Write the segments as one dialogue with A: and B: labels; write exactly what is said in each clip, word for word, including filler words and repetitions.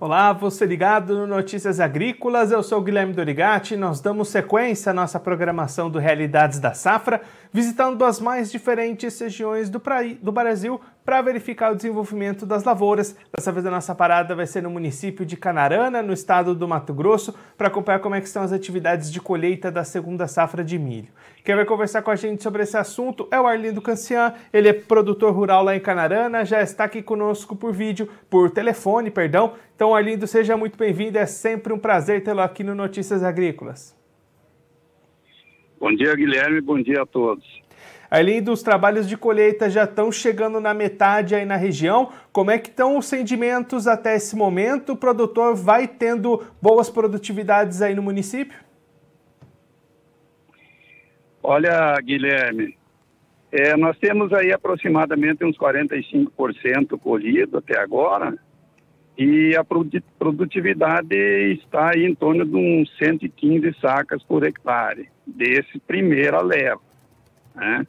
A: Olá, você ligado no Notícias Agrícolas, eu sou o Guilherme Dorigatti. Nós damos sequência à nossa programação do Realidades da Safra, visitando as mais diferentes regiões do, pra... do Brasil para verificar o desenvolvimento das lavouras. Dessa vez a nossa parada vai ser no município de Canarana, no estado do Mato Grosso, para acompanhar como é que estão as atividades de colheita da segunda safra de milho. Quem vai conversar com a gente sobre esse assunto é o Arlindo Cancian, ele é produtor rural lá em Canarana, já está aqui conosco por vídeo, por telefone, perdão. Então, Arlindo, seja muito bem-vindo, é sempre um prazer tê-lo aqui no Notícias Agrícolas.
B: Bom dia, Guilherme, bom dia a todos.
A: Arlindo, os trabalhos de colheita já estão chegando na metade aí na região. Como é que estão os rendimentos até esse momento? O produtor vai tendo boas produtividades aí no município?
B: Olha, Guilherme, é, nós temos aí aproximadamente uns quarenta e cinco por cento colhido até agora e a produtividade está aí em torno de uns cento e quinze sacas por hectare, desse primeira leva, né?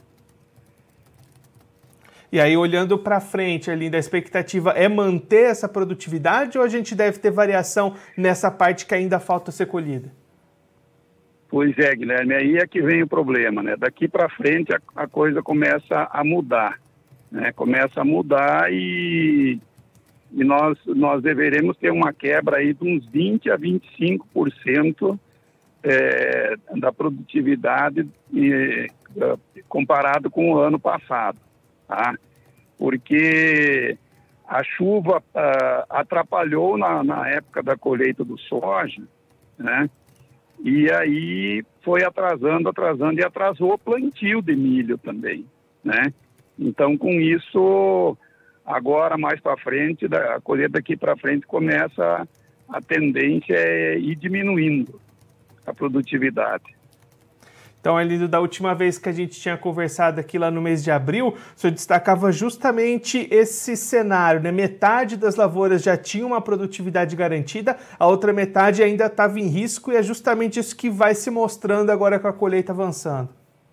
A: E aí, olhando para frente, Arlindo, a expectativa é manter essa produtividade ou a gente deve ter variação nessa parte que ainda falta ser colhida?
B: Pois é, Guilherme, aí é que vem o problema, né? Daqui para frente a, a coisa começa a mudar, né? Começa a mudar e, e nós, nós deveremos ter uma quebra aí de uns vinte a vinte e cinco por cento é, da produtividade e, comparado com o ano passado, tá? Porque a chuva uh, atrapalhou na, na época da colheita do soja, né? E aí foi atrasando, atrasando e atrasou o plantio de milho também, né? Então, com isso, agora mais para frente, a colheita daqui para frente começa, a tendência é ir diminuindo a produtividade.
A: Então, Arlindo, da última vez que a gente tinha conversado aqui lá no mês de abril, o senhor destacava justamente esse cenário, né? Metade das lavouras já tinha uma produtividade garantida, a outra metade ainda estava em risco e é justamente isso que vai se mostrando agora com a colheita avançando.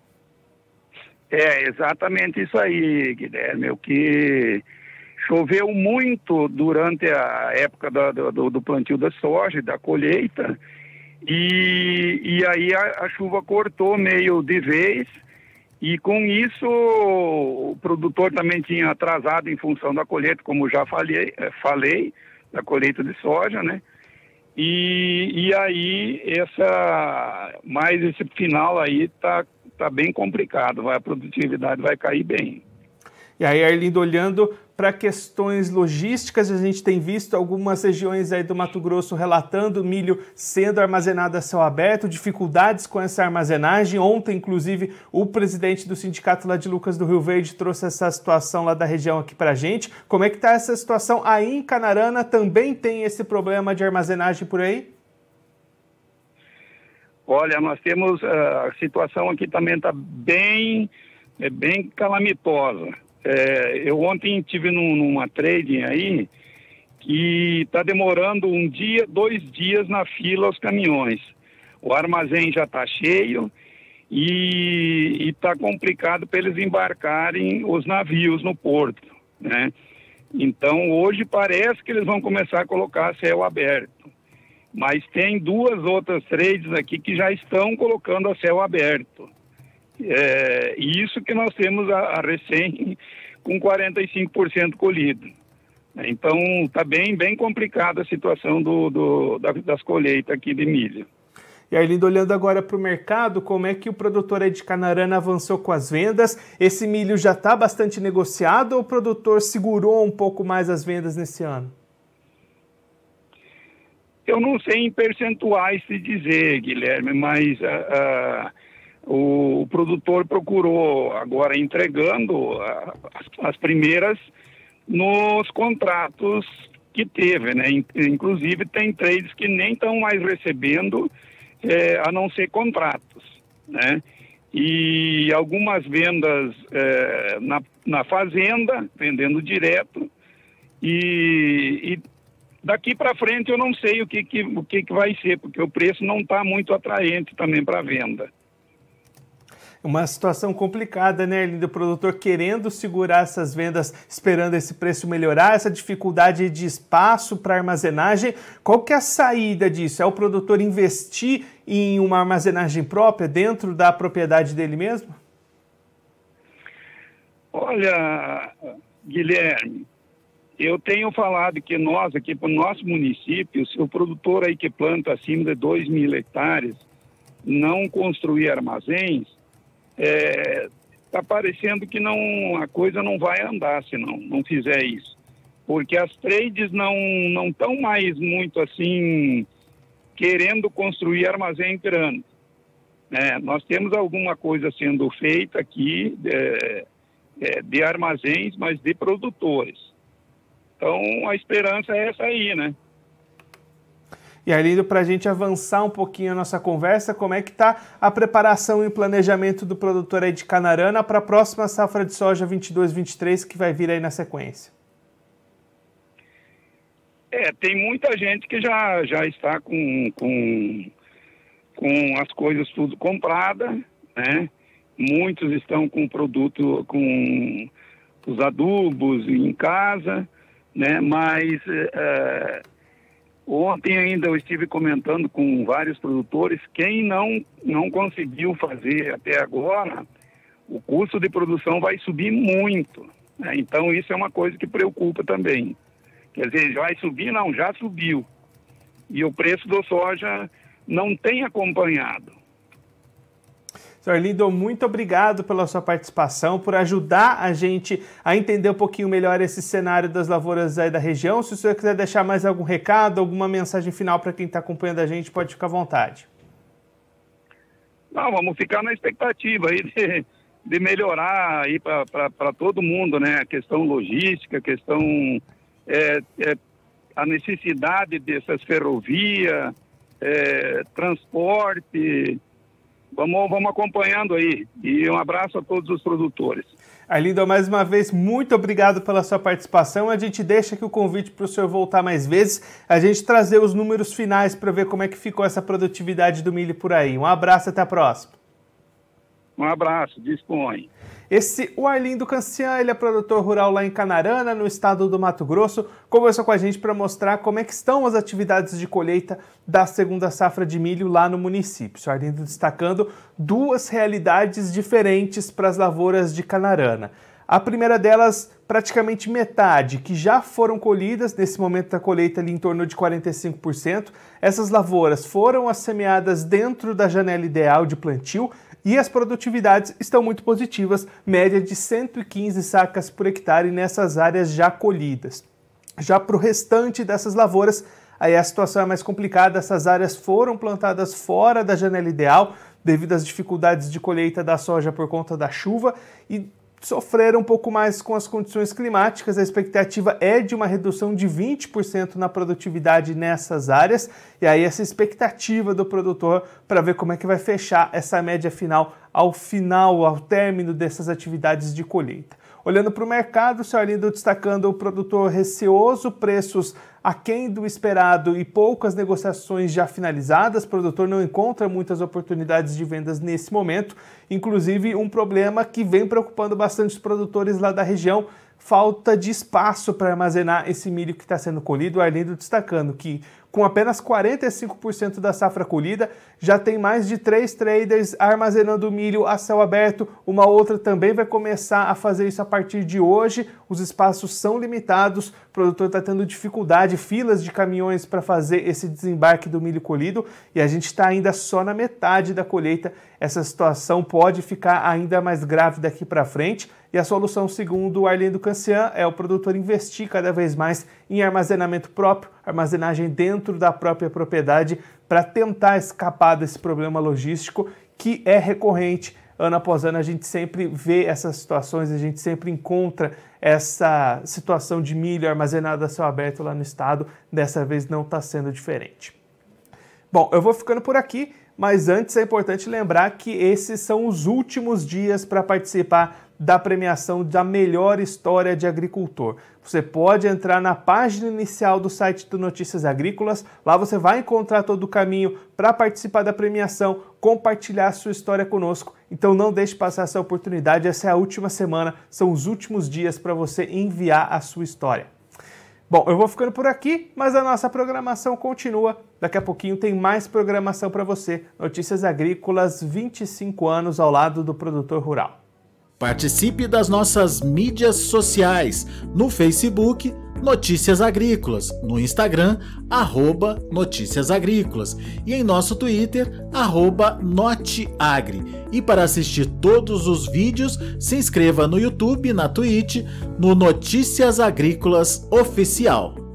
B: É exatamente isso aí, Guilherme. O que choveu muito durante a época do, do, do plantio da soja, da colheita, E, e aí a, a chuva cortou meio de vez e com isso o produtor também tinha atrasado em função da colheita, como já falei, falei da colheita de soja, né? E, e aí essa, mais esse final aí tá, tá bem complicado, vai, a produtividade vai cair bem.
A: E aí, Arlindo, olhando para questões logísticas, a gente tem visto algumas regiões aí do Mato Grosso relatando milho sendo armazenado a céu aberto, dificuldades com essa armazenagem. Ontem, inclusive, o presidente do sindicato lá de Lucas do Rio Verde trouxe essa situação lá da região aqui para a gente. Como é que está essa situação aí em Canarana? Também tem esse problema de armazenagem por aí?
B: Olha, nós temos, a situação aqui também está bem, é bem calamitosa. É, eu ontem tive num, numa trading aí que está demorando um dia, dois dias na fila os caminhões. O armazém já está cheio e está complicado para eles embarcarem os navios no porto, né? Então hoje parece que eles vão começar a colocar céu aberto, mas tem duas outras trades aqui que já estão colocando a céu aberto. É, isso que nós temos a, a recém com quarenta e cinco por cento colhido. Então está bem, bem complicada a situação do, do, da, das colheitas aqui de milho.
A: E Arlindo, olhando agora para o mercado, como é que o produtor aí de Canarana avançou com as vendas? Esse milho já está bastante negociado ou o produtor segurou um pouco mais as vendas nesse ano?
B: Eu não sei em percentuais se dizer, Guilherme, mas uh, uh, o, o produtor procurou agora entregando uh, as, as primeiras nos contratos que teve, né? Inclusive tem trades que nem estão mais recebendo é, a não ser contratos, né? E algumas vendas é, na, na fazenda, vendendo direto, e, e daqui para frente eu não sei o que, que, o que, que vai ser, porque o preço não está muito atraente também para venda.
A: Uma situação complicada, né, Arlindo? O produtor querendo segurar essas vendas, esperando esse preço melhorar, essa dificuldade de espaço para armazenagem. Qual que é a saída disso? É o produtor investir em uma armazenagem própria dentro da propriedade dele mesmo?
B: Olha, Guilherme, eu tenho falado que nós aqui para o nosso município, se o produtor aí que planta acima de dois mil hectares não construir armazéns, está é, parecendo que não, a coisa não vai andar se não, não fizer isso. Porque as trades não não estão mais muito assim querendo construir armazém grande. É, nós temos alguma coisa sendo feita aqui de, de armazéns, mas de produtores. Então a esperança é essa aí, né?
A: E Arlindo, para a gente avançar um pouquinho a nossa conversa, como é que está a preparação e o planejamento do produtor aí de Canarana para a próxima safra de soja vinte e dois, vinte e três que vai vir aí na sequência?
B: É, tem muita gente que já, já está com, com, com as coisas tudo comprada, né? Muitos estão com produto, com os adubos em casa, né? Mas... É, ontem ainda eu estive comentando com vários produtores, quem não, não conseguiu fazer até agora, o custo de produção vai subir muito, né? Então isso é uma coisa que preocupa também. Quer dizer, vai subir? Não, já subiu. E o preço do soja não tem acompanhado.
A: senhor Arlindo, muito obrigado pela sua participação, por ajudar a gente a entender um pouquinho melhor esse cenário das lavouras aí da região. Se o senhor quiser deixar mais algum recado, alguma mensagem final para quem está acompanhando a gente, pode ficar à vontade.
B: Não, vamos ficar na expectativa aí de, de melhorar aí para todo mundo, né? A questão logística, a questão, é, é, a necessidade dessas ferrovias, é, transporte. Vamos, vamos acompanhando aí. E um abraço a todos os produtores.
A: Arlindo, mais uma vez, muito obrigado pela sua participação. A gente deixa aqui o convite para o senhor voltar mais vezes, a gente trazer os números finais para ver como é que ficou essa produtividade do milho por aí. Um abraço, até a próxima.
B: Um abraço, dispõe.
A: Esse, o Arlindo Cancian, ele é produtor rural lá em Canarana, no estado do Mato Grosso, conversou com a gente para mostrar como é que estão as atividades de colheita da segunda safra de milho lá no município. O Arlindo destacando duas realidades diferentes para as lavouras de Canarana. A primeira delas, praticamente metade, que já foram colhidas, nesse momento da colheita ali em torno de quarenta e cinco por cento. Essas lavouras foram assemeadas dentro da janela ideal de plantio, e as produtividades estão muito positivas, média de cento e quinze sacas por hectare nessas áreas já colhidas. Já para o restante dessas lavouras, aí a situação é mais complicada, essas áreas foram plantadas fora da janela ideal, devido às dificuldades de colheita da soja por conta da chuva, e sofreram um pouco mais com as condições climáticas. A expectativa é de uma redução de vinte por cento na produtividade nessas áreas, e aí essa expectativa do produtor para ver como é que vai fechar essa média final ao final, ao término dessas atividades de colheita. Olhando para o mercado, o senhor Arlindo destacando o produtor receoso, preços aquém do esperado e poucas negociações já finalizadas. O produtor não encontra muitas oportunidades de vendas nesse momento, inclusive um problema que vem preocupando bastante os produtores lá da região, falta de espaço para armazenar esse milho que está sendo colhido. O Arlindo destacando que com apenas quarenta e cinco por cento da safra colhida, já tem mais de três traders armazenando milho a céu aberto. Uma outra também vai começar a fazer isso a partir de hoje. Os espaços são limitados, o produtor está tendo dificuldade, filas de caminhões para fazer esse desembarque do milho colhido, e a gente está ainda só na metade da colheita. Essa situação pode ficar ainda mais grave daqui para frente, e a solução, segundo o Arlindo Cancian, é o produtor investir cada vez mais em armazenamento próprio, armazenagem dentro da própria propriedade, para tentar escapar desse problema logístico que é recorrente. Ano após ano a gente sempre vê essas situações, a gente sempre encontra essa situação de milho armazenado a céu aberto lá no estado. Dessa vez não está sendo diferente. Bom, eu vou ficando por aqui, mas antes é importante lembrar que esses são os últimos dias para participar da premiação da melhor história de agricultor. Você pode entrar na página inicial do site do Notícias Agrícolas, lá você vai encontrar todo o caminho para participar da premiação, compartilhar a sua história conosco. Então não deixe passar essa oportunidade, essa é a última semana, são os últimos dias para você enviar a sua história. Bom, eu vou ficando por aqui, mas a nossa programação continua. Daqui a pouquinho tem mais programação para você. Notícias Agrícolas, vinte e cinco anos ao lado do produtor rural.
C: Participe das nossas mídias sociais, no Facebook, Notícias Agrícolas, no Instagram, arroba Notícias Agrícolas e em nosso Twitter, arroba Noteagri. E para assistir todos os vídeos, se inscreva no YouTube, na Twitch, no Notícias Agrícolas Oficial.